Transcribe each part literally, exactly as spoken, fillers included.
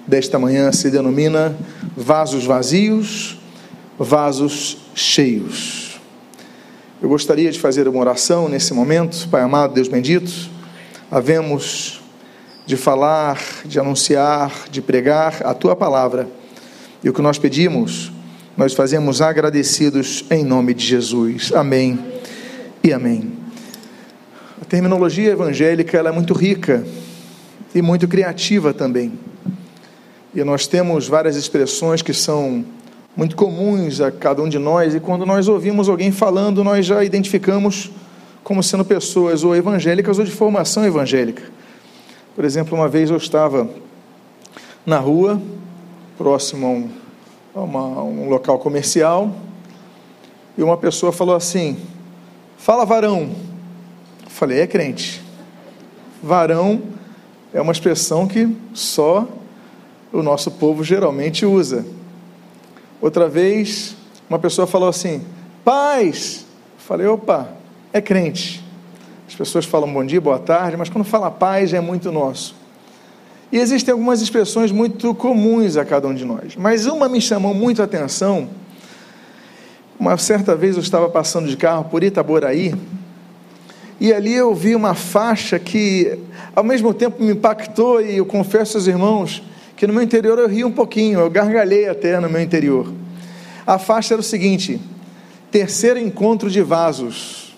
desta manhã se denomina Vasos Vazios, Vasos Cheios. Eu gostaria de fazer uma oração nesse momento. Pai amado, Deus bendito, havemos de falar, de anunciar, de pregar a Tua palavra, e o que nós pedimos, nós fazemos agradecidos em nome de Jesus. Amém e amém. A terminologia evangélica ela é muito rica e muito criativa também, e nós temos várias expressões que são muito comuns a cada um de nós, e quando nós ouvimos alguém falando, nós já identificamos como sendo pessoas ou evangélicas ou de formação evangélica. Por exemplo, uma vez eu estava na rua, próximo a um, a uma, um local comercial, e uma pessoa falou assim: fala varão. Eu falei, é crente. Varão é uma expressão que só o nosso povo geralmente usa. Outra vez, uma pessoa falou assim, paz. Eu falei, opa, é crente. As pessoas falam bom dia, boa tarde, mas quando fala paz é muito nosso. E existem algumas expressões muito comuns a cada um de nós, mas uma me chamou muito a atenção. Uma certa vez eu estava passando de carro por Itaboraí, e ali eu vi uma faixa que ao mesmo tempo me impactou, e eu confesso aos irmãos que no meu interior eu ri um pouquinho, eu gargalhei até no meu interior. A faixa era o seguinte: terceiro encontro de vasos.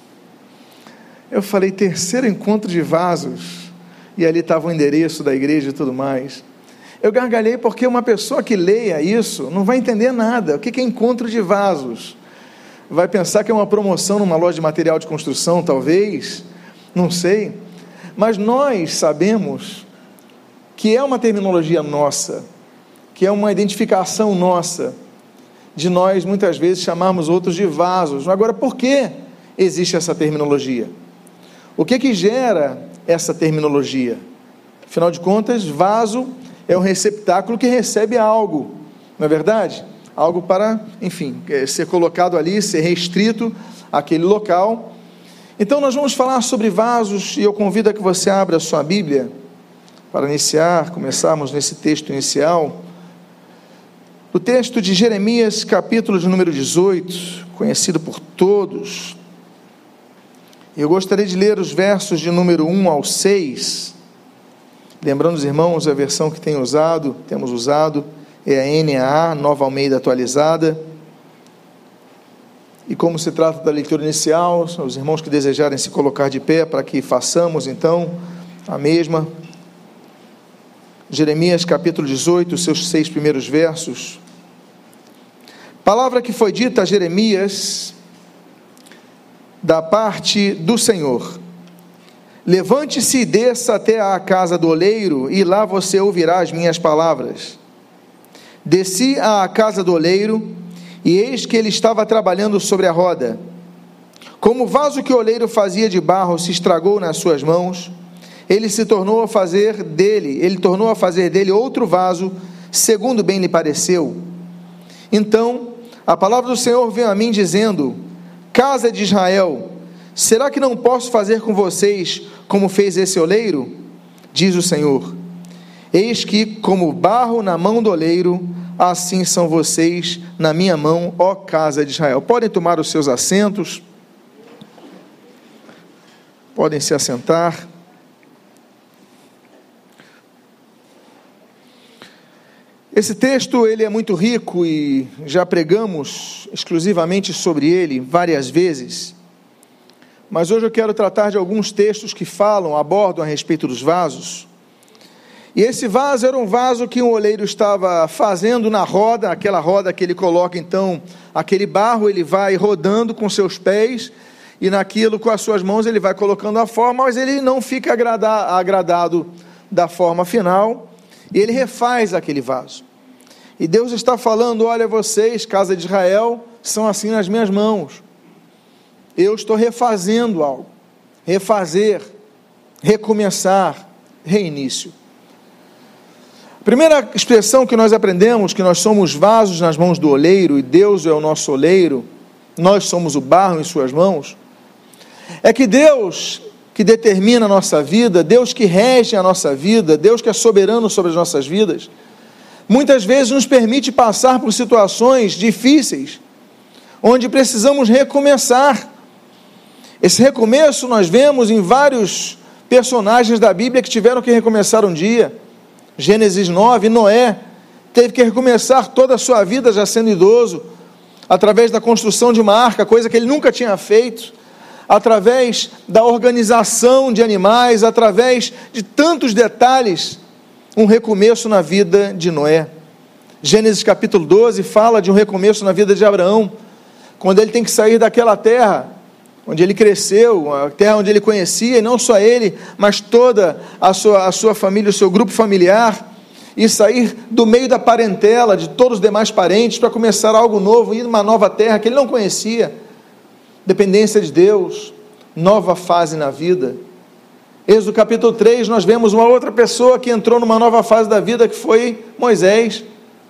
Eu falei, terceiro encontro de vasos, e ali estava o endereço da igreja e tudo mais. Eu gargalhei porque uma pessoa que leia isso não vai entender nada. O que é encontro de vasos? Vai pensar que é uma promoção numa loja de material de construção, talvez, não sei, mas nós sabemos que é uma terminologia nossa, que é uma identificação nossa, de nós muitas vezes chamarmos outros de vasos. Agora, por que existe essa terminologia? O que que gera essa terminologia? Afinal de contas, vaso é um receptáculo que recebe algo, não é verdade? Algo para, enfim, ser colocado ali, ser restrito àquele local. Então nós vamos falar sobre vasos, e eu convido a que você abra a sua Bíblia, para iniciar, começarmos nesse texto inicial, o texto de Jeremias, capítulo de número dezoito, conhecido por todos. Eu gostaria de ler os versos de número um ao seis, lembrando os irmãos, a versão que tem usado, temos usado, é a N A A, Nova Almeida Atualizada, e como se trata da leitura inicial, os irmãos que desejarem se colocar de pé, para que façamos então a mesma. Jeremias capítulo dezoito, os seus seis primeiros versos. Palavra que foi dita a Jeremias, da parte do Senhor: levante-se e desça até à casa do oleiro, e lá você ouvirá as minhas palavras. Desci à casa do oleiro, e eis que ele estava trabalhando sobre a roda. Como o vaso que o oleiro fazia de barro se estragou nas suas mãos, ele se tornou a fazer dele, ele tornou a fazer dele outro vaso, segundo bem lhe pareceu. Então, a palavra do Senhor veio a mim dizendo: casa de Israel, será que não posso fazer com vocês como fez esse oleiro? Diz o Senhor: eis que, como barro na mão do oleiro, assim são vocês na minha mão, ó casa de Israel. Podem tomar os seus assentos, podem se assentar. Esse texto ele é muito rico e já pregamos exclusivamente sobre ele várias vezes, mas hoje eu quero tratar de alguns textos que falam, abordam a respeito dos vasos. E esse vaso era um vaso que um oleiro estava fazendo na roda, aquela roda que ele coloca então, aquele barro ele vai rodando com seus pés, e naquilo com as suas mãos ele vai colocando a forma, mas ele não fica agrada, agradado da forma final, e ele refaz aquele vaso. E Deus está falando: olha, vocês, casa de Israel, são assim nas minhas mãos. Eu estou refazendo algo, refazer, recomeçar, reinício. A primeira expressão que nós aprendemos, que nós somos vasos nas mãos do oleiro, e Deus é o nosso oleiro, nós somos o barro em suas mãos, é que Deus que determina a nossa vida, Deus que rege a nossa vida, Deus que é soberano sobre as nossas vidas, muitas vezes nos permite passar por situações difíceis, onde precisamos recomeçar. Esse recomeço nós vemos em vários personagens da Bíblia que tiveram que recomeçar um dia. Gênesis nove, Noé teve que recomeçar toda a sua vida já sendo idoso, através da construção de uma arca, coisa que ele nunca tinha feito, através da organização de animais, através de tantos detalhes, um recomeço na vida de Noé. Gênesis capítulo doze fala de um recomeço na vida de Abraão, quando ele tem que sair daquela terra onde ele cresceu, a terra onde ele conhecia, e não só ele, mas toda a sua, a sua família, o seu grupo familiar, e sair do meio da parentela, de todos os demais parentes, para começar algo novo, ir numa nova terra que ele não conhecia. Dependência de Deus, nova fase na vida. Êxodo capítulo três, nós vemos uma outra pessoa que entrou numa nova fase da vida, que foi Moisés.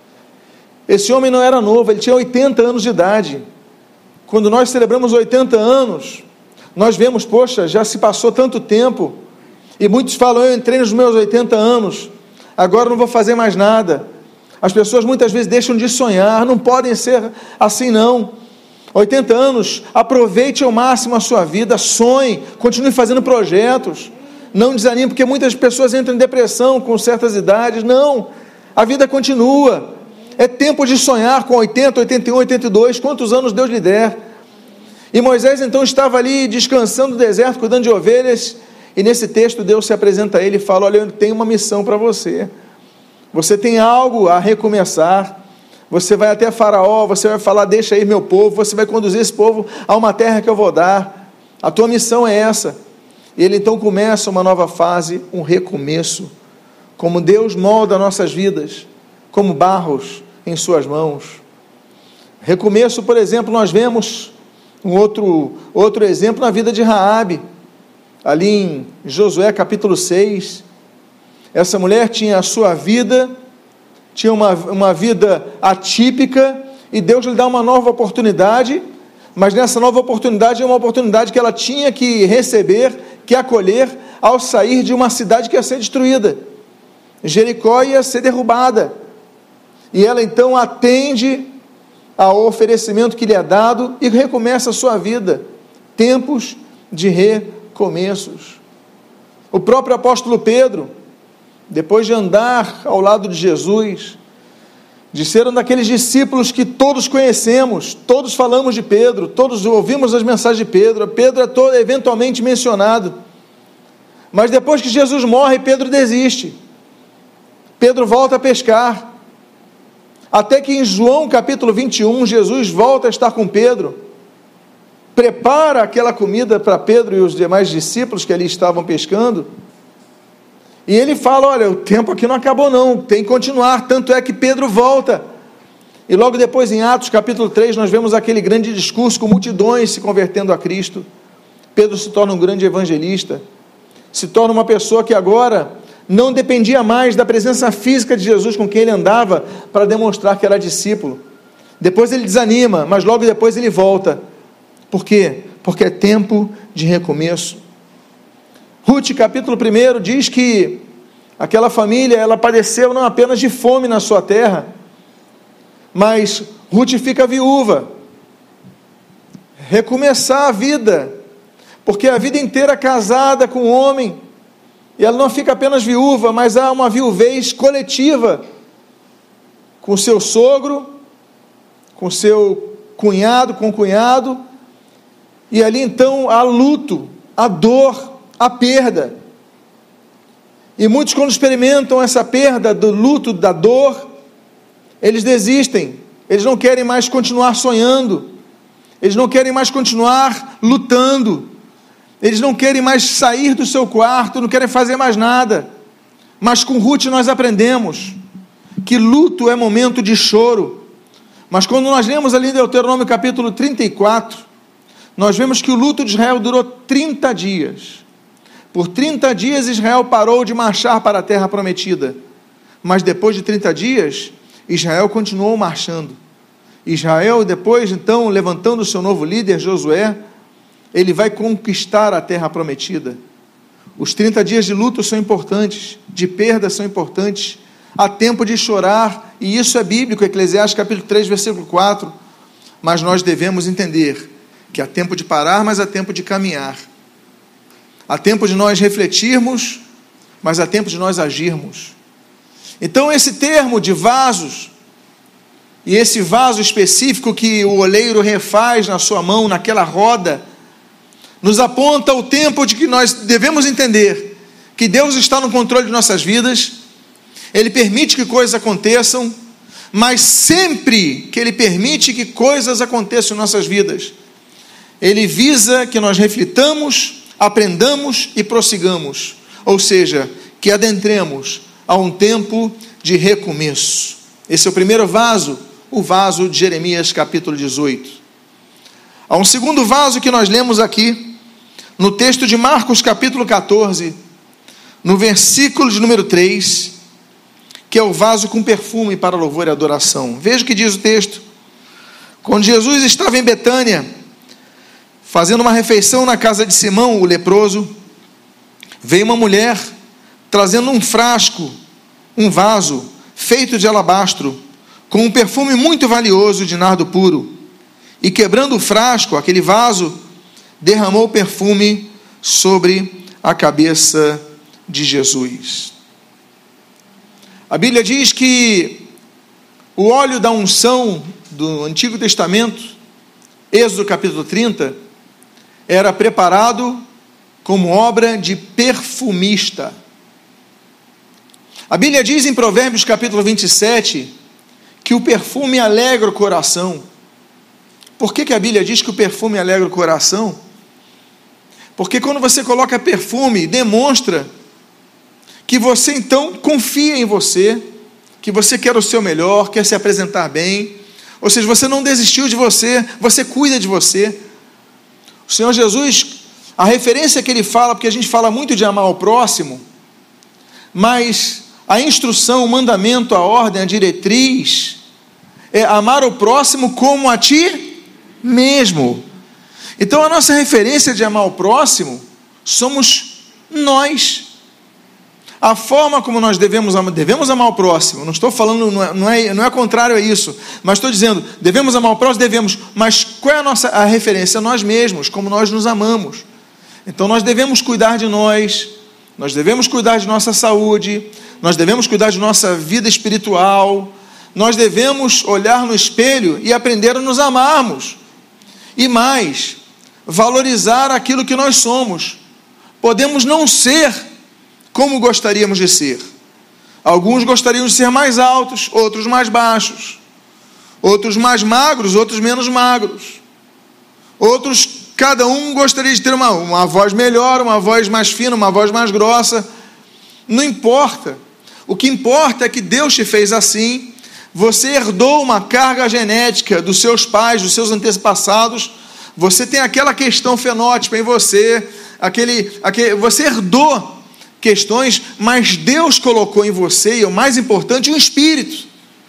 Esse homem não era novo, ele tinha oitenta anos de idade. Quando nós celebramos oitenta anos, nós vemos, poxa, já se passou tanto tempo, e muitos falam, eu entrei nos meus oitenta anos, agora não vou fazer mais nada. As pessoas muitas vezes deixam de sonhar, não podem ser assim não. oitenta anos, aproveite ao máximo a sua vida, sonhe, continue fazendo projetos, não desanime, porque muitas pessoas entram em depressão com certas idades. Não, a vida continua. É tempo de sonhar com oitenta, oitenta e um, oitenta e dois, quantos anos Deus lhe der. E Moisés então estava ali descansando no deserto, cuidando de ovelhas, e nesse texto Deus se apresenta a ele e fala, olha, eu tenho uma missão para você, você tem algo a recomeçar, você vai até Faraó, você vai falar, deixa aí meu povo, você vai conduzir esse povo a uma terra que eu vou dar, a tua missão é essa. E ele então começa uma nova fase, um recomeço, como Deus molda nossas vidas, como barros em suas mãos. Recomeço, por exemplo, nós vemos um outro, outro exemplo na vida de Raabe, ali em Josué capítulo seis, essa mulher tinha a sua vida, tinha uma, uma vida atípica, e Deus lhe dá uma nova oportunidade, mas nessa nova oportunidade é uma oportunidade que ela tinha que receber, que acolher, ao sair de uma cidade que ia ser destruída. Jericó ia ser derrubada, e ela então atende ao oferecimento que lhe é dado, e recomeça a sua vida, tempos de recomeços. O próprio apóstolo Pedro, depois de andar ao lado de Jesus, de ser um daqueles discípulos que todos conhecemos, todos falamos de Pedro, todos ouvimos as mensagens de Pedro, Pedro é todo, eventualmente mencionado, mas depois que Jesus morre, Pedro desiste, Pedro volta a pescar, até que em João capítulo vinte e um, Jesus volta a estar com Pedro, prepara aquela comida para Pedro e os demais discípulos que ali estavam pescando, e ele fala, olha, o tempo aqui não acabou não, tem que continuar, tanto é que Pedro volta, e logo depois em Atos capítulo três, nós vemos aquele grande discurso com multidões se convertendo a Cristo. Pedro se torna um grande evangelista, se torna uma pessoa que agora não dependia mais da presença física de Jesus com quem ele andava, para demonstrar que era discípulo. Depois ele desanima, mas logo depois ele volta. Por quê? Porque é tempo de recomeço. Ruth capítulo um diz que aquela família, ela padeceu não apenas de fome na sua terra, mas Ruth fica viúva, recomeçar a vida, porque a vida inteira casada com um homem, e ela não fica apenas viúva, mas há uma viuvez coletiva, com seu sogro, com seu cunhado, com o cunhado, e ali então há luto, há dor, a perda, e muitos quando experimentam essa perda, do luto, da dor, eles desistem, eles não querem mais continuar sonhando, eles não querem mais continuar lutando, eles não querem mais sair do seu quarto, não querem fazer mais nada, mas com Ruth nós aprendemos, que luto é momento de choro, mas quando nós lemos ali em Deuteronômio capítulo trinta e quatro, nós vemos que o luto de Israel durou trinta dias, por trinta dias Israel parou de marchar para a terra prometida, mas depois de trinta dias, Israel continuou marchando. Israel depois então, levantando o seu novo líder, Josué, ele vai conquistar a terra prometida. Os trinta dias de luto são importantes, de perda são importantes, há tempo de chorar, e isso é bíblico, Eclesiastes capítulo três, versículo quatro, mas nós devemos entender que há tempo de parar, mas há tempo de caminhar, há tempo de nós refletirmos, mas há tempo de nós agirmos. Então esse termo de vasos, e esse vaso específico que o oleiro refaz na sua mão, naquela roda, nos aponta o tempo de que nós devemos entender que Deus está no controle de nossas vidas, Ele permite que coisas aconteçam, mas sempre que Ele permite que coisas aconteçam em nossas vidas, Ele visa que nós reflitamos, aprendamos e prossigamos, ou seja, que adentremos a um tempo de recomeço. Esse é o primeiro vaso, o vaso de Jeremias capítulo dezoito. Há um segundo vaso que nós lemos aqui, no texto de Marcos capítulo catorze, no versículo de número três, que é o vaso com perfume para louvor e adoração. Veja o que diz o texto. Quando Jesus estava em Betânia, fazendo uma refeição na casa de Simão, o leproso, veio uma mulher trazendo um frasco, um vaso feito de alabastro, com um perfume muito valioso de nardo puro, e quebrando o frasco, aquele vaso, derramou o perfume sobre a cabeça de Jesus. A Bíblia diz que o óleo da unção do Antigo Testamento, Êxodo capítulo trinta, era preparado como obra de perfumista. A Bíblia diz em Provérbios capítulo vinte e sete, que o perfume alegra o coração. Por que que a Bíblia diz que o perfume alegra o coração? Porque quando você coloca perfume, demonstra que você então confia em você, que você quer o seu melhor, quer se apresentar bem, ou seja, você não desistiu de você, você cuida de você. O Senhor Jesus, a referência que Ele fala, porque a gente fala muito de amar o próximo, mas a instrução, o mandamento, a ordem, a diretriz é amar o próximo como a ti mesmo. Então a nossa referência de amar o próximo somos nós. A forma como nós devemos amar, devemos amar o próximo, não estou falando, não é, não é, não é contrário a isso, mas estou dizendo, devemos amar o próximo, devemos, mas qual é a nossa a referência? Nós mesmos, como nós nos amamos. Então nós devemos cuidar de nós, nós devemos cuidar de nossa saúde, nós devemos cuidar de nossa vida espiritual, nós devemos olhar no espelho e aprender a nos amarmos, e mais, valorizar aquilo que nós somos. Podemos não ser como gostaríamos de ser. Alguns gostariam de ser mais altos, outros mais baixos, outros mais magros, outros menos magros, outros, cada um gostaria de ter uma, uma voz melhor, uma voz mais fina, uma voz mais grossa. Não importa. O que importa é que Deus te fez assim. Você herdou uma carga genética dos seus pais, dos seus antepassados. Você tem aquela questão fenótipa em você, aquele, aquele, você herdou questões, mas Deus colocou em você, e o mais importante, um espírito.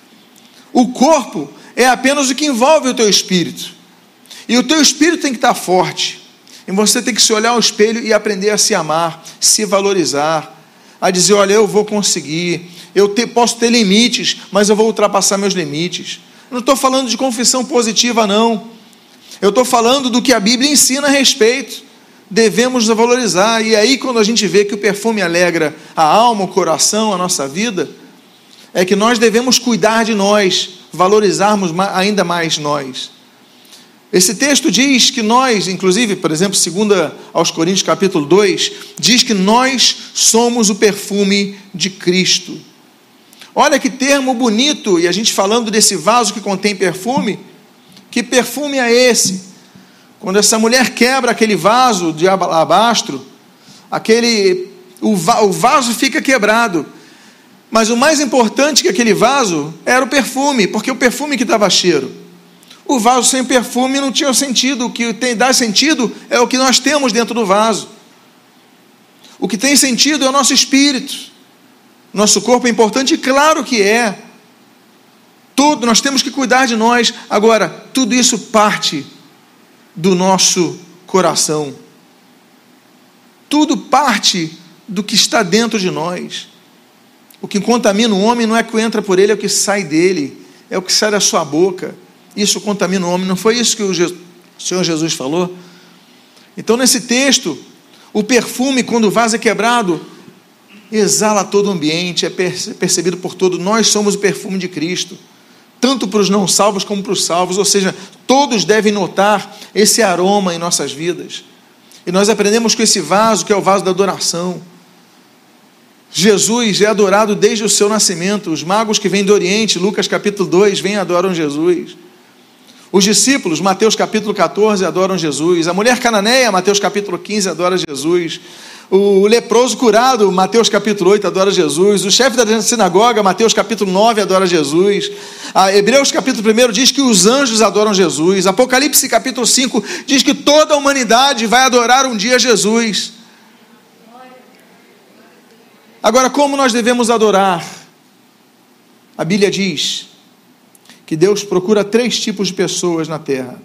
O corpo é apenas o que envolve o teu espírito, e o teu espírito tem que estar forte, e você tem que se olhar ao espelho e aprender a se amar, se valorizar, a dizer, olha, eu vou conseguir, eu te, posso ter limites, mas eu vou ultrapassar meus limites. Não estou falando de confissão positiva, não. Eu estou falando do que a Bíblia ensina a respeito. Devemos nos valorizar, e aí quando a gente vê que o perfume alegra a alma, o coração, a nossa vida, é que nós devemos cuidar de nós, valorizarmos ainda mais nós. Esse texto diz que nós, inclusive, por exemplo, segunda aos Coríntios capítulo dois, diz que nós somos o perfume de Cristo. Olha que termo bonito, e a gente falando desse vaso que contém perfume, que perfume é esse? Quando essa mulher quebra aquele vaso de alabastro, aquele, o, va, o vaso fica quebrado, mas o mais importante que aquele vaso era o perfume, porque o perfume que dava cheiro. O vaso sem perfume não tinha sentido. O que tem, dá sentido é o que nós temos dentro do vaso. O que tem sentido é o nosso espírito. Nosso corpo é importante, e claro que é. Tudo, nós temos que cuidar de nós. Agora, tudo isso parte do nosso coração. Tudo parte do que está dentro de nós. O que contamina o homem não é o que entra por ele, é o que sai dele, é o que sai da sua boca. Isso contamina o homem. Não foi isso que o Senhor Jesus falou? Então, nesse texto, o perfume, quando o vaso é quebrado, exala todo o ambiente, é percebido por todo. Nós somos o perfume de Cristo, tanto para os não salvos como para os salvos, ou seja, todos devem notar esse aroma em nossas vidas. E nós aprendemos com esse vaso, que é o vaso da adoração. Jesus é adorado desde o seu nascimento. Os magos que vêm do Oriente, Lucas capítulo dois, vêm e adoram Jesus. Os discípulos, Mateus capítulo catorze, adoram Jesus. A mulher cananeia, Mateus capítulo quinze, adora Jesus. O leproso curado, Mateus capítulo oito, adora Jesus. O chefe da sinagoga, Mateus capítulo nove, adora Jesus. A Hebreus capítulo um diz que os anjos adoram Jesus. Apocalipse capítulo cinco diz que toda a humanidade vai adorar um dia Jesus. Agora, como nós devemos adorar? A Bíblia diz que Deus procura três tipos de pessoas na terra.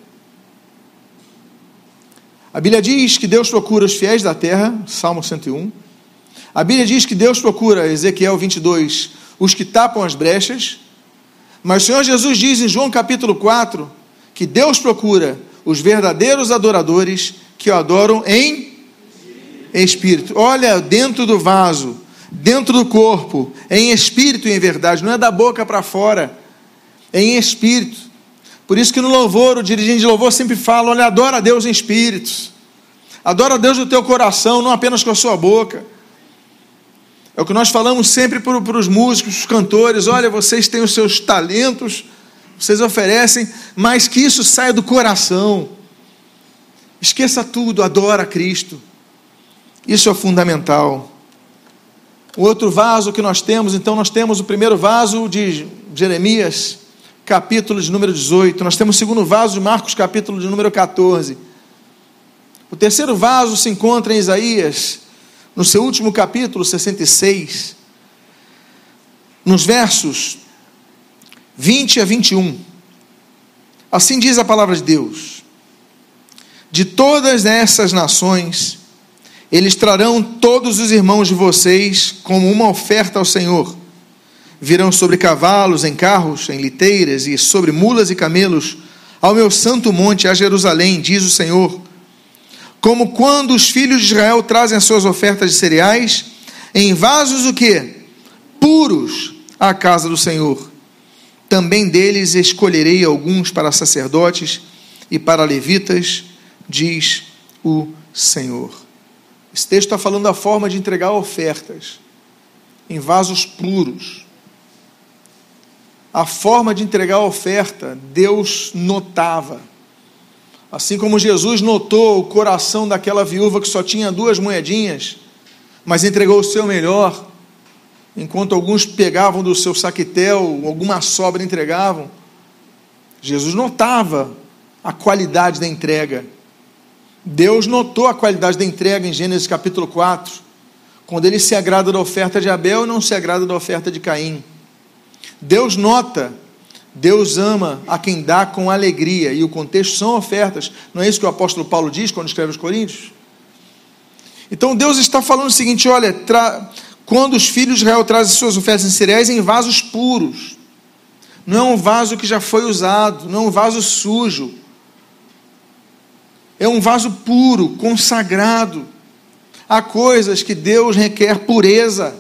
A Bíblia diz que Deus procura os fiéis da terra, Salmo cento e um. A Bíblia diz que Deus procura, Ezequiel vinte e dois, os que tapam as brechas. Mas o Senhor Jesus diz em João capítulo quatro, que Deus procura os verdadeiros adoradores que o adoram em espírito. Olha, dentro do vaso, dentro do corpo, em espírito e em verdade, não é da boca para fora, é em espírito. Por isso que no louvor, o dirigente de louvor sempre fala, olha, adora a Deus em espírito, adora a Deus do teu coração, não apenas com a sua boca. É o que nós falamos sempre para, para os músicos, os cantores, olha, vocês têm os seus talentos, vocês oferecem, mas que isso saia do coração. Esqueça tudo, adora a Cristo. Isso é fundamental. O outro vaso que nós temos, então nós temos o primeiro vaso de Jeremias, capítulo de número dezoito. Nós temos o segundo vaso de Marcos, capítulo de número catorze. O terceiro vaso se encontra em Isaías, no seu último capítulo, sessenta e seis, nos versos vinte a vinte e um. Assim diz a palavra de Deus: de todas essas nações, eles trarão todos os irmãos de vocês como uma oferta ao Senhor. Virão sobre cavalos, em carros, em liteiras e sobre mulas e camelos, ao meu santo monte, a Jerusalém, diz o Senhor. Como quando os filhos de Israel trazem as suas ofertas de cereais, em vasos o quê? Puros à casa do Senhor. Também deles escolherei alguns para sacerdotes e para levitas, diz o Senhor. Esse texto está falando da forma de entregar ofertas em vasos puros. A forma de entregar a oferta, Deus notava. Assim como Jesus notou o coração daquela viúva que só tinha duas moedinhas, mas entregou o seu melhor, enquanto alguns pegavam do seu saquetel, alguma sobra entregavam. Jesus notava a qualidade da entrega. Deus notou a qualidade da entrega em Gênesis capítulo quatro, quando ele se agrada da oferta de Abel e não se agrada da oferta de Caim. Deus nota, Deus ama a quem dá com alegria, e o contexto são ofertas. Não é isso que o apóstolo Paulo diz quando escreve aos Coríntios? Então Deus está falando o seguinte, olha, tra... quando os filhos de Israel trazem suas ofertas em cereais, em vasos puros, não é um vaso que já foi usado, não é um vaso sujo, é um vaso puro, consagrado. Há coisas que Deus requer pureza.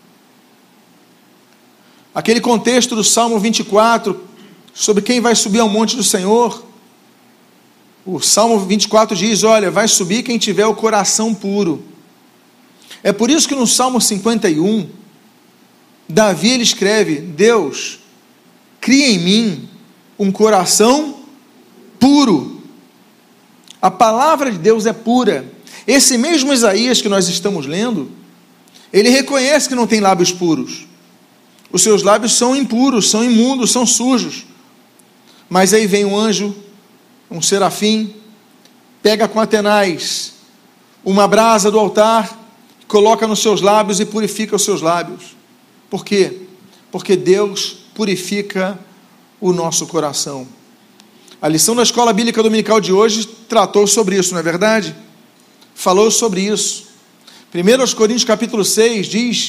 Aquele contexto do Salmo vinte e quatro, sobre quem vai subir ao monte do Senhor. O Salmo vinte e quatro diz, olha, vai subir quem tiver o coração puro. É por isso que no Salmo cinquenta e um, Davi ele escreve, Deus, cria em mim um coração puro. A palavra de Deus é pura. Esse mesmo Isaías que nós estamos lendo, ele reconhece que não tem lábios puros. Os seus lábios são impuros, são imundos, são sujos. Mas aí vem um anjo, um serafim, pega com atenaz uma brasa do altar, coloca nos seus lábios e purifica os seus lábios. Por quê? Porque Deus purifica o nosso coração. A lição da Escola Bíblica Dominical de hoje tratou sobre isso, não é verdade? Falou sobre isso. primeiro Coríntios capítulo seis diz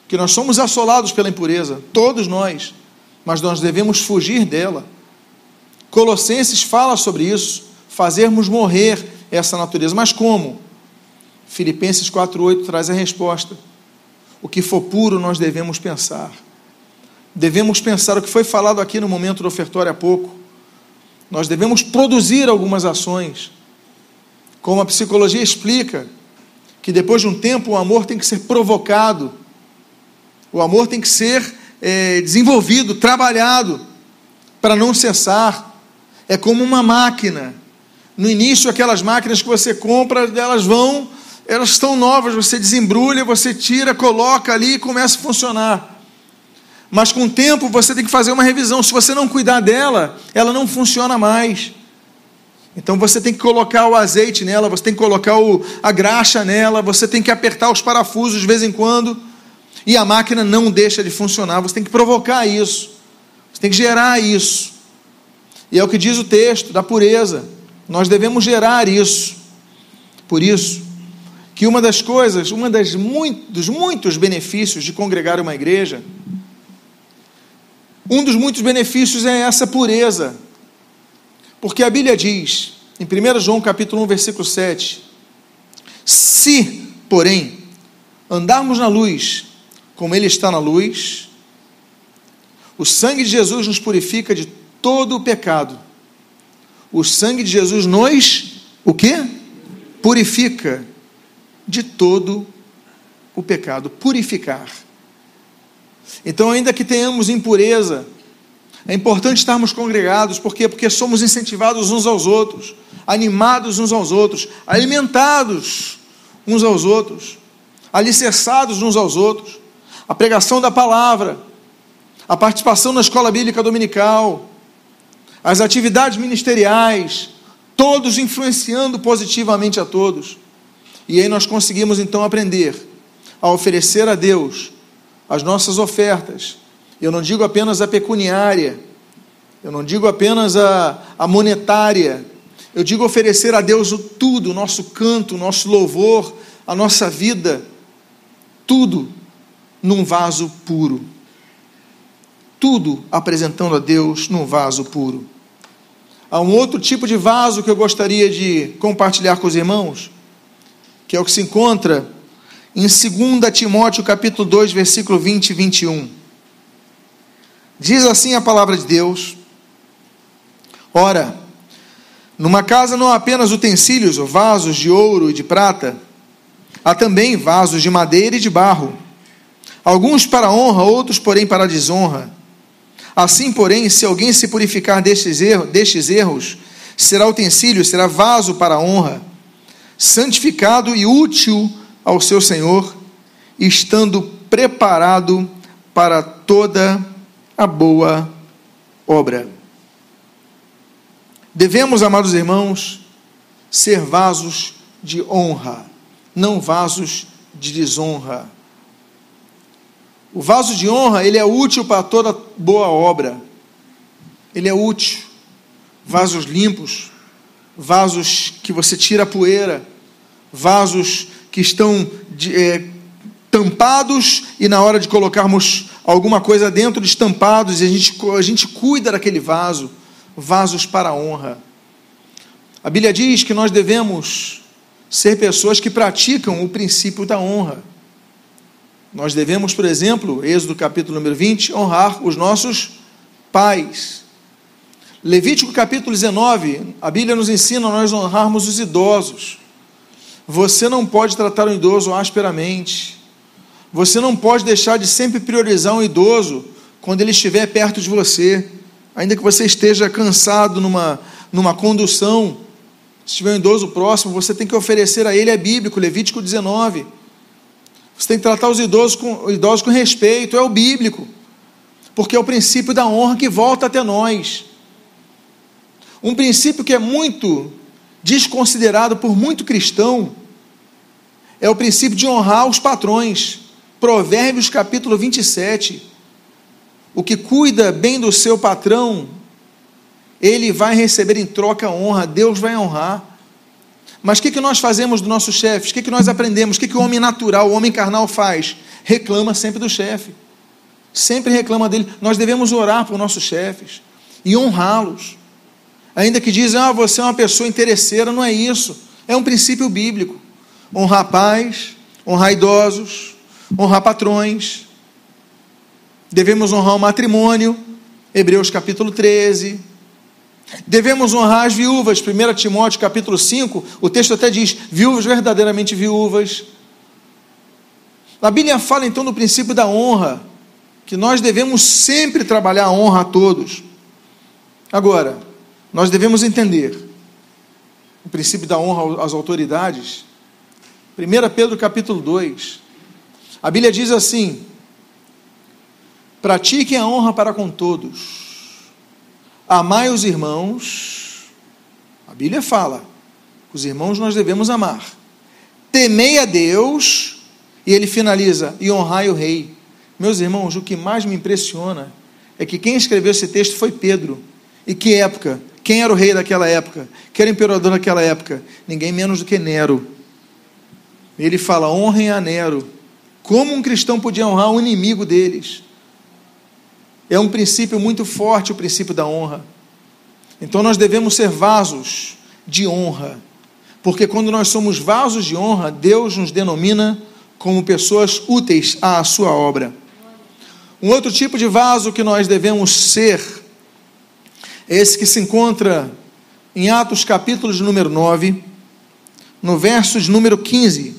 que nós somos assolados pela impureza, todos nós, mas nós devemos fugir dela. Colossenses fala sobre isso, fazermos morrer essa natureza. Mas como? Filipenses quatro oito traz a resposta. O que for puro nós devemos pensar. Devemos pensar o que foi falado aqui no momento do ofertório há pouco. Nós devemos produzir algumas ações. Como a psicologia explica, que depois de um tempo o amor tem que ser provocado. O amor tem que ser é, desenvolvido, trabalhado, para não cessar. É como uma máquina. No início, aquelas máquinas que você compra, elas vão, elas estão novas, você desembrulha, você tira, coloca ali e começa a funcionar. Mas com o tempo você tem que fazer uma revisão. Se você não cuidar dela, ela não funciona mais. Então você tem que colocar o azeite nela, você tem que colocar o, a graxa nela, você tem que apertar os parafusos de vez em quando, e a máquina não deixa de funcionar. Você tem que provocar isso, você tem que gerar isso. E é o que diz o texto da pureza. Nós devemos gerar isso. Por isso, que uma das coisas, uma das muito, dos muitos benefícios de congregar uma igreja, um dos muitos benefícios é essa pureza. Porque a Bíblia diz, em primeiro João capítulo um, versículo sete, se, porém, andarmos na luz, como Ele está na luz, o sangue de Jesus nos purifica de todo o pecado. O sangue de Jesus nos, o quê? Purifica de todo o pecado. Purificar. Então, ainda que tenhamos impureza, é importante estarmos congregados. Por quê? Porque somos incentivados uns aos outros, animados uns aos outros, alimentados uns aos outros, alicerçados uns aos outros. A pregação da palavra, a participação na escola bíblica dominical, as atividades ministeriais, todos influenciando positivamente a todos. E aí nós conseguimos então aprender a oferecer a Deus as nossas ofertas. Eu não digo apenas a pecuniária, eu não digo apenas a, a monetária, eu digo oferecer a Deus o tudo, o nosso canto, o nosso louvor, a nossa vida, tudo num vaso puro. Tudo apresentando a Deus num vaso puro. Há um outro tipo de vaso que eu gostaria de compartilhar com os irmãos, que é o que se encontra em dois Timóteo capítulo dois, versículo vinte e vinte e um. Diz assim a palavra de Deus: ora, numa casa não há apenas utensílios ou vasos de ouro e de prata, há também vasos de madeira e de barro, alguns para honra, outros porém para desonra. Assim, porém, se alguém se purificar destes erros, destes erros, será utensílio, será vaso para honra, santificado e útil ao seu Senhor, estando preparado para toda a boa obra. Devemos, amados irmãos, ser vasos de honra, não vasos de desonra. O vaso de honra, ele é útil para toda boa obra. Ele é útil. Vasos limpos, vasos que você tira a poeira, vasos que estão de, é, tampados e na hora de colocarmos alguma coisa dentro, destampados, e a gente, a gente cuida daquele vaso, vasos para a honra. A Bíblia diz que nós devemos ser pessoas que praticam o princípio da honra. Nós devemos, por exemplo, Êxodo capítulo número vinte, honrar os nossos pais. Levítico capítulo dezenove, a Bíblia nos ensina a nós honrarmos os idosos. Você não pode tratar um idoso asperamente. Você não pode deixar de sempre priorizar um idoso quando ele estiver perto de você. Ainda que você esteja cansado numa, numa condução, se tiver um idoso próximo, você tem que oferecer a ele, é bíblico, Levítico dezenove. Você tem que tratar os idosos com, os idosos com respeito, é o bíblico, porque é o princípio da honra que volta até nós. Um princípio que é muito desconsiderado por muito cristão é o princípio de honrar os patrões. Provérbios capítulo vinte e sete. O que cuida bem do seu patrão, ele vai receber em troca honra, Deus vai honrar. Mas o que, que nós fazemos dos nossos chefes? O que, que nós aprendemos? O que, que o homem natural, o homem carnal faz? reclama sempre do chefe, sempre reclama dele. Nós devemos orar por nossos chefes e honrá-los, ainda que dizem, ah, você é uma pessoa interesseira. Não é isso, é um princípio bíblico. Honrar pais, honrar idosos, honrar patrões. Devemos honrar o matrimônio, Hebreus capítulo treze. Devemos honrar as viúvas, primeiro Timóteo capítulo cinco, o texto até diz, viúvas verdadeiramente viúvas. A Bíblia fala então do princípio da honra, que nós devemos sempre trabalhar a honra a todos. Agora, nós devemos entender o princípio da honra às autoridades. primeiro Pedro capítulo dois, a Bíblia diz assim, pratiquem a honra para com todos, amai os irmãos. A Bíblia fala, os irmãos nós devemos amar, temei a Deus, e ele finaliza, e honrai o rei. Meus irmãos, o que mais me impressiona é que quem escreveu esse texto foi Pedro. E que época? Quem era o rei daquela época? Quem era o imperador daquela época? Ninguém menos do que Nero. Ele fala, honrem a Nero. Como um cristão podia honrar o inimigo deles? É um princípio muito forte, o princípio da honra. Então nós devemos ser vasos de honra, porque quando nós somos vasos de honra, Deus nos denomina como pessoas úteis à sua obra. Um outro tipo de vaso que nós devemos ser, esse que se encontra em Atos capítulo de número nove, no verso de número quinze.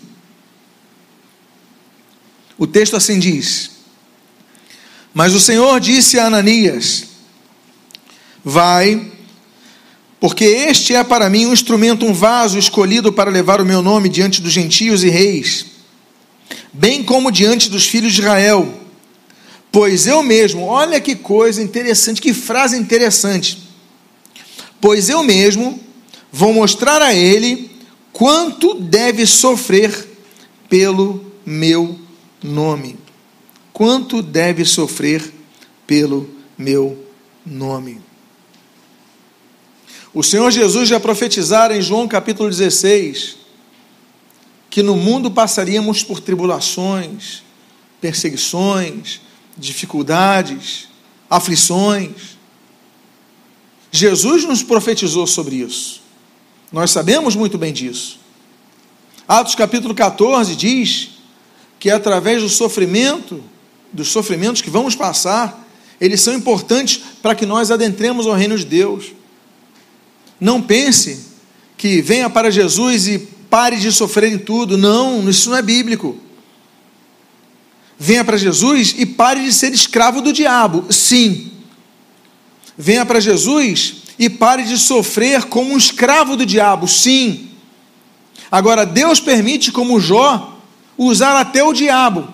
O texto assim diz, mas o Senhor disse a Ananias, vai, porque este é para mim um instrumento, um vaso escolhido para levar o meu nome diante dos gentios e reis, bem como diante dos filhos de Israel, pois eu mesmo, olha que coisa interessante, que frase interessante, pois eu mesmo vou mostrar a ele quanto deve sofrer pelo meu nome, quanto deve sofrer pelo meu nome. O Senhor Jesus já profetizara em João capítulo dezesseis, que no mundo passaríamos por tribulações, perseguições, dificuldades, aflições. Jesus nos profetizou sobre isso. Nós sabemos muito bem disso. Atos capítulo catorze diz que através do sofrimento, dos sofrimentos que vamos passar, eles são importantes para que nós adentremos ao reino de Deus. Não pense que venha para Jesus e pare de sofrer em tudo. Não, isso não é bíblico. Venha para Jesus e pare de ser escravo do diabo. Sim. Venha para Jesus e pare de sofrer como um escravo do diabo. Sim. Agora, Deus permite, como Jó, usar até o diabo.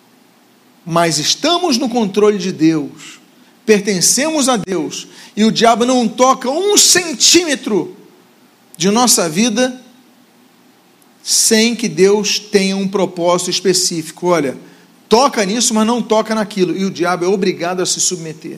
Mas estamos no controle de Deus. Pertencemos a Deus. E o diabo não toca um centímetro de nossa vida sem que Deus tenha um propósito específico. Olha, toca nisso, mas não toca naquilo. E o diabo é obrigado a se submeter.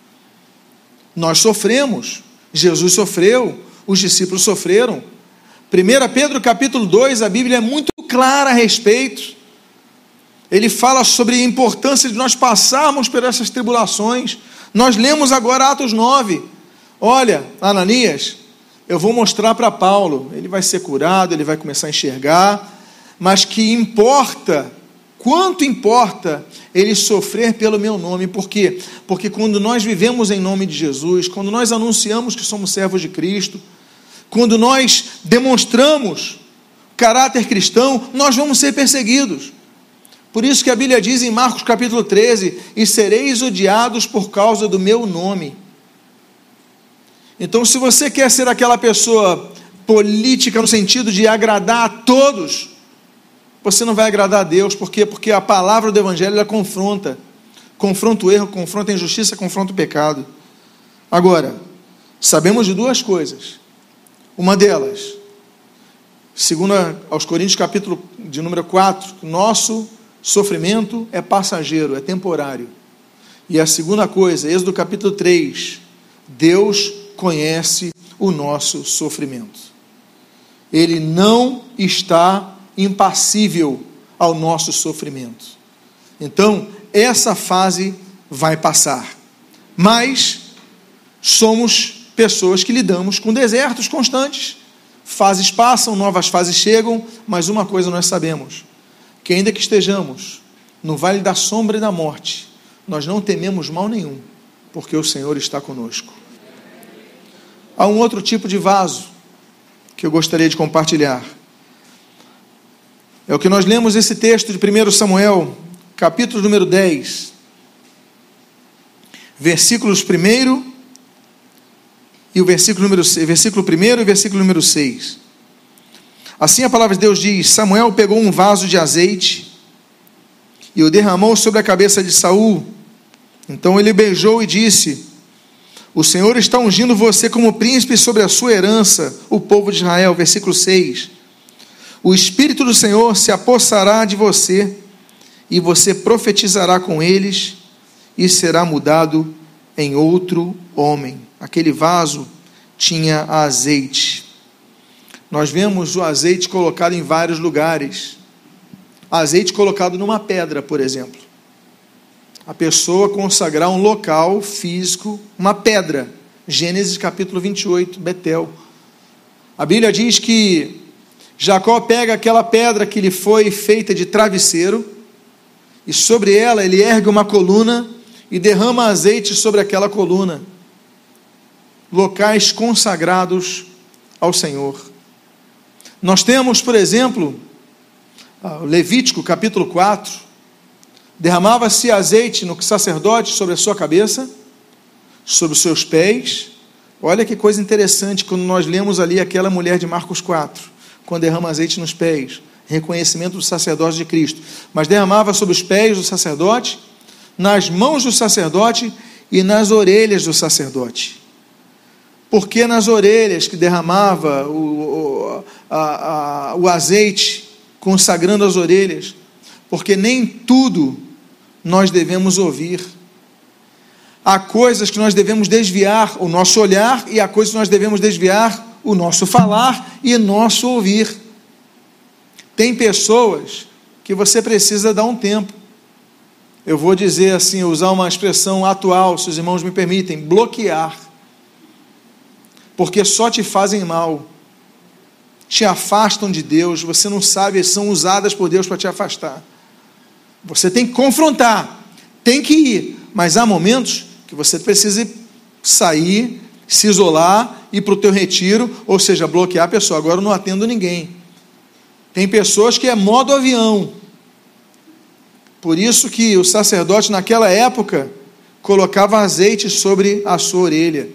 Nós sofremos. Jesus sofreu. Os discípulos sofreram. primeiro Pedro capítulo dois, a Bíblia é muito clara a respeito. Ele fala sobre a importância de nós passarmos por essas tribulações. Nós lemos agora Atos nove. Olha, Ananias, eu vou mostrar para Paulo, ele vai ser curado, ele vai começar a enxergar, mas que importa, quanto importa ele sofrer pelo meu nome. Por quê? Porque quando nós vivemos em nome de Jesus, quando nós anunciamos que somos servos de Cristo, quando nós demonstramos caráter cristão, nós vamos ser perseguidos. Por isso que a Bíblia diz em Marcos capítulo treze, e sereis odiados por causa do meu nome. Então, se você quer ser aquela pessoa política no sentido de agradar a todos, você não vai agradar a Deus. Por quê? Porque a palavra do Evangelho, ela confronta. Confronta o erro, confronta a injustiça, confronta o pecado. Agora, sabemos de duas coisas. Uma delas, segundo aos Coríntios capítulo de número quatro, nosso sofrimento é passageiro, é temporário. E a segunda coisa, Êxodo capítulo três, Deus conhece o nosso sofrimento. Ele não está impassível ao nosso sofrimento. Então, essa fase vai passar. Mas somos pessoas que lidamos com desertos constantes. Fases passam, novas fases chegam, mas uma coisa nós sabemos, que ainda que estejamos no vale da sombra e da morte, nós não tememos mal nenhum, porque o Senhor está conosco. Há um outro tipo de vaso que eu gostaria de compartilhar. É o que nós lemos esse texto de primeiro Samuel, capítulo número dez, versículos primeiro e o versículo número versículo primeiro e versículo número seis. Assim a palavra de Deus diz: Samuel pegou um vaso de azeite e o derramou sobre a cabeça de Saul. Então ele beijou e disse: o Senhor está ungindo você como príncipe sobre a sua herança, o povo de Israel. Versículo seis. O Espírito do Senhor se apossará de você, e você profetizará com eles, e será mudado em outro homem. Aquele vaso tinha azeite. Nós vemos o azeite colocado em vários lugares. Azeite colocado numa pedra, por exemplo. A pessoa consagrar um local físico, uma pedra. Gênesis capítulo vinte e oito, Betel. A Bíblia diz que Jacó pega aquela pedra que lhe foi feita de travesseiro, e sobre ela ele ergue uma coluna e derrama azeite sobre aquela coluna. Locais consagrados ao Senhor. Nós temos, por exemplo, o Levítico capítulo quatro, derramava-se azeite no sacerdote sobre a sua cabeça, sobre os seus pés. Olha que coisa interessante, quando nós lemos ali aquela mulher de Marcos quatro, quando derrama azeite nos pés, reconhecimento do sacerdócio de Cristo, mas derramava sobre os pés do sacerdote, nas mãos do sacerdote e nas orelhas do sacerdote. Porque nas orelhas que derramava o, o, a, a, o azeite, consagrando as orelhas? Porque nem tudo nós devemos ouvir. Há coisas que nós devemos desviar o nosso olhar, e há coisas que nós devemos desviar o nosso falar e nosso ouvir. Tem pessoas que você precisa dar um tempo. Eu vou dizer assim, usar uma expressão atual, se os irmãos me permitem, bloquear. Porque só te fazem mal, te afastam de Deus, você não sabe, são usadas por Deus para te afastar. Você tem que confrontar, tem que ir, mas há momentos que você precisa sair, se isolar, ir para o teu retiro, ou seja, bloquear a pessoa. Agora eu não atendo ninguém. Tem pessoas que é modo avião. Por isso que o sacerdote naquela época colocava azeite sobre a sua orelha.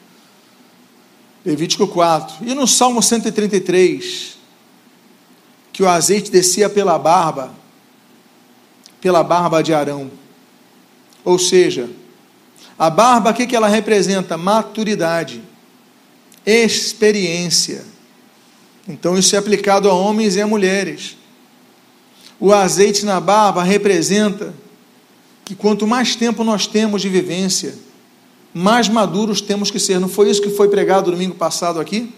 Levítico quatro. E no Salmo cento e trinta e três, que o azeite descia pela barba, pela barba de Arão. Ou seja, a barba, o que que ela representa? Maturidade, experiência. Então isso é aplicado a homens e a mulheres. O azeite na barba representa que quanto mais tempo nós temos de vivência, mais maduros temos que ser. Não foi isso que foi pregado domingo passado aqui?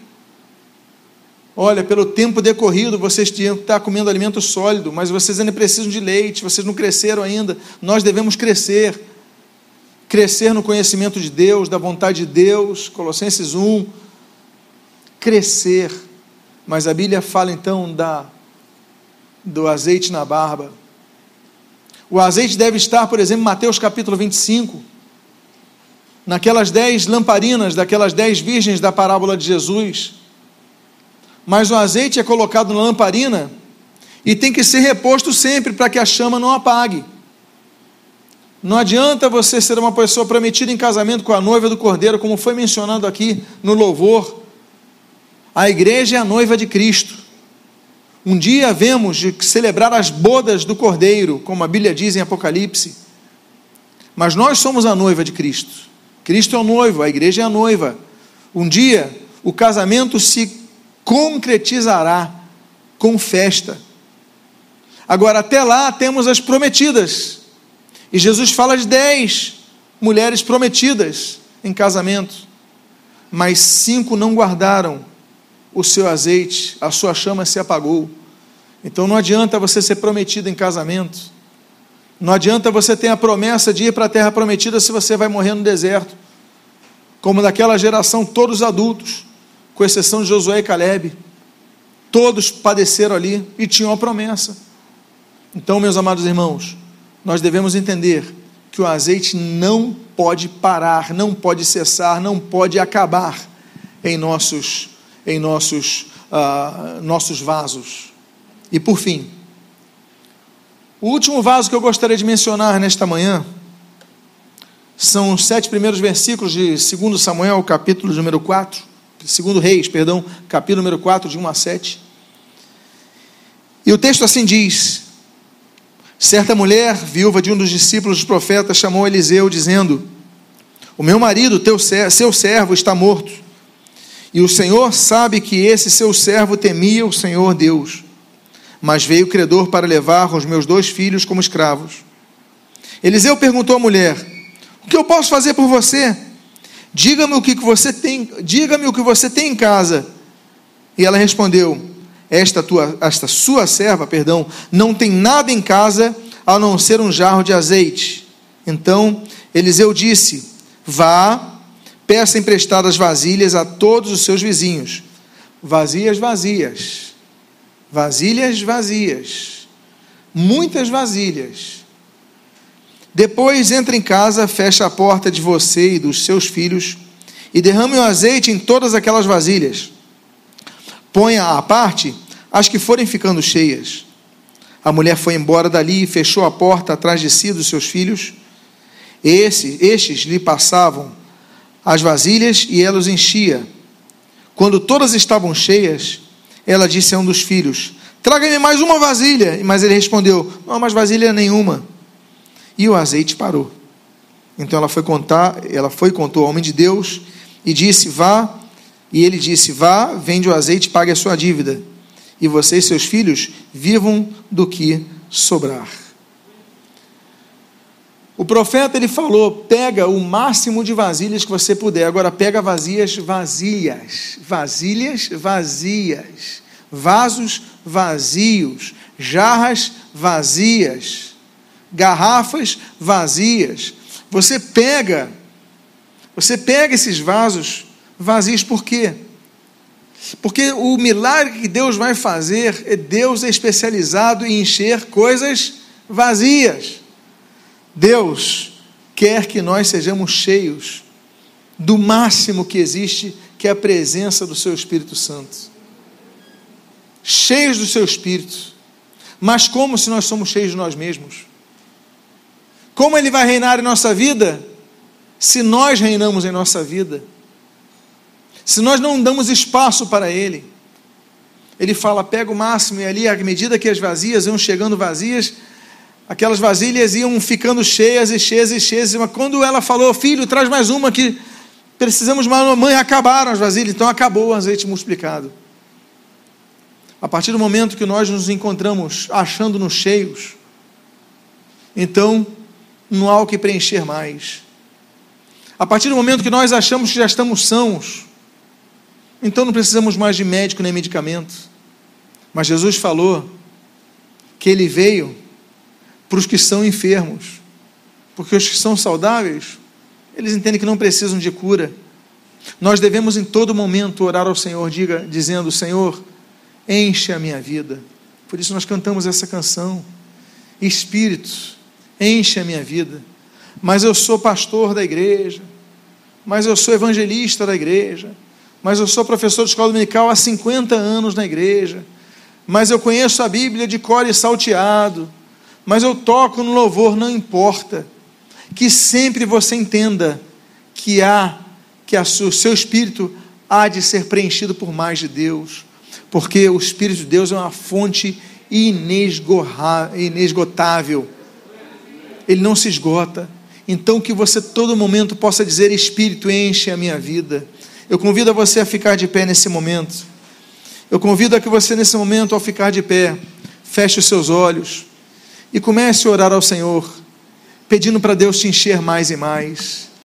Olha, pelo tempo decorrido, vocês tinham que estar comendo alimento sólido, mas vocês ainda precisam de leite, vocês não cresceram ainda. Nós devemos crescer. Crescer no conhecimento de Deus, da vontade de Deus, Colossenses um. Crescer. Mas a Bíblia fala então da, do azeite na barba. O azeite deve estar, por exemplo, em Mateus capítulo vinte e cinco, naquelas dez lamparinas, daquelas dez virgens da parábola de Jesus. Mas o azeite é colocado na lamparina e tem que ser reposto sempre para que a chama não apague. Não adianta você ser uma pessoa prometida em casamento com a noiva do Cordeiro, como foi mencionado aqui no louvor. A igreja é a noiva de Cristo. Um dia havemos de celebrar as bodas do Cordeiro, como a Bíblia diz em Apocalipse. Mas nós somos a noiva de Cristo. Cristo é o noivo, a igreja é a noiva. Um dia o casamento se concretizará com festa. Agora, até lá temos as prometidas. E Jesus fala de dez mulheres prometidas em casamento. Mas cinco não guardaram o seu azeite, a sua chama se apagou. Então não adianta você ser prometido em casamento Não adianta você ter a promessa de ir para a terra prometida se você vai morrer no deserto, como daquela geração, todos adultos, com exceção de Josué e Calebe, todos padeceram ali e tinham a promessa. Então, meus amados irmãos, nós devemos entender que o azeite não pode parar, não pode cessar, não pode acabar em nossos, em nossos, uh, nossos vasos. E por fim, o último vaso que eu gostaria de mencionar nesta manhã são os sete primeiros versículos de segundo Samuel, capítulo número quatro, segundo Reis, perdão, capítulo número quatro, de um a sete. E o texto assim diz: certa mulher, viúva de um dos discípulos dos profetas, chamou Eliseu, dizendo: o meu marido, teu, seu servo, está morto, e o Senhor sabe que esse seu servo temia o Senhor Deus, mas veio credor para levar os meus dois filhos como escravos. Eliseu perguntou à mulher: o que eu posso fazer por você? Diga-me o que você tem, diga-me o que você tem em casa. E ela respondeu: esta, tua, esta sua serva, perdão, não tem nada em casa a não ser um jarro de azeite. Então Eliseu disse: vá, peça emprestadas vasilhas a todos os seus vizinhos. Vazias vazias, vasilhas vazias, muitas vasilhas. Depois entre em casa, feche a porta de você e dos seus filhos e derrame o azeite em todas aquelas vasilhas. Ponha à parte as que forem ficando cheias. A mulher foi embora dali e fechou a porta atrás de si e dos seus filhos. Esse, estes lhe passavam as vasilhas e ela os enchia. Quando todas estavam cheias, ela disse a um dos filhos: traga-me mais uma vasilha. Mas ele respondeu: não há mais vasilha nenhuma. E o azeite parou. Então ela foi contar, ela foi contou ao homem de Deus e disse: vá. E ele disse: vá, vende o azeite e pague a sua dívida, e você e seus filhos vivam do que sobrar. O profeta, ele falou: pega o máximo de vasilhas que você puder. Agora pega vazias vazias, vasilhas vazias, vasos vazios, jarras vazias, garrafas vazias. Você pega, você pega esses vasos vazios. Por quê? Porque o milagre que Deus vai fazer, é Deus é especializado em encher coisas vazias. Deus quer que nós sejamos cheios do máximo que existe, que é a presença do seu Espírito Santo. Cheios do seu Espírito. Mas como se nós somos cheios de nós mesmos? Como Ele vai reinar em nossa vida, se nós reinamos em nossa vida? Se nós não damos espaço para Ele? Ele fala: pega o máximo, e ali, à medida que as vazias iam chegando vazias, aquelas vasilhas iam ficando cheias e cheias e cheias. Mas quando ela falou: filho, traz mais uma que precisamos mais uma, mãe, acabaram as vasilhas. Então acabou o azeite multiplicado. A partir do momento que nós nos encontramos achando-nos cheios, então não há o que preencher mais. A partir do momento que nós achamos que já estamos sãos, então não precisamos mais de médico nem medicamento. Mas Jesus falou que Ele veio para os que são enfermos, porque os que são saudáveis, eles entendem que não precisam de cura. Nós devemos em todo momento orar ao Senhor, diga, dizendo: Senhor, enche a minha vida. Por isso nós cantamos essa canção: Espírito, enche a minha vida. Mas eu sou pastor da igreja, mas eu sou evangelista da igreja, mas eu sou professor de escola dominical há cinquenta anos na igreja, mas eu conheço a Bíblia de cor e salteado, mas eu toco no louvor. Não importa, que sempre você entenda que há, que a seu, seu espírito há de ser preenchido por mais de Deus, porque o Espírito de Deus é uma fonte inesgotável, ele não se esgota. Então que você todo momento possa dizer: Espírito, enche a minha vida. Eu convido a você a ficar de pé nesse momento. Eu convido a que você nesse momento, ao ficar de pé, feche os seus olhos e comece a orar ao Senhor, pedindo para Deus te encher mais e mais.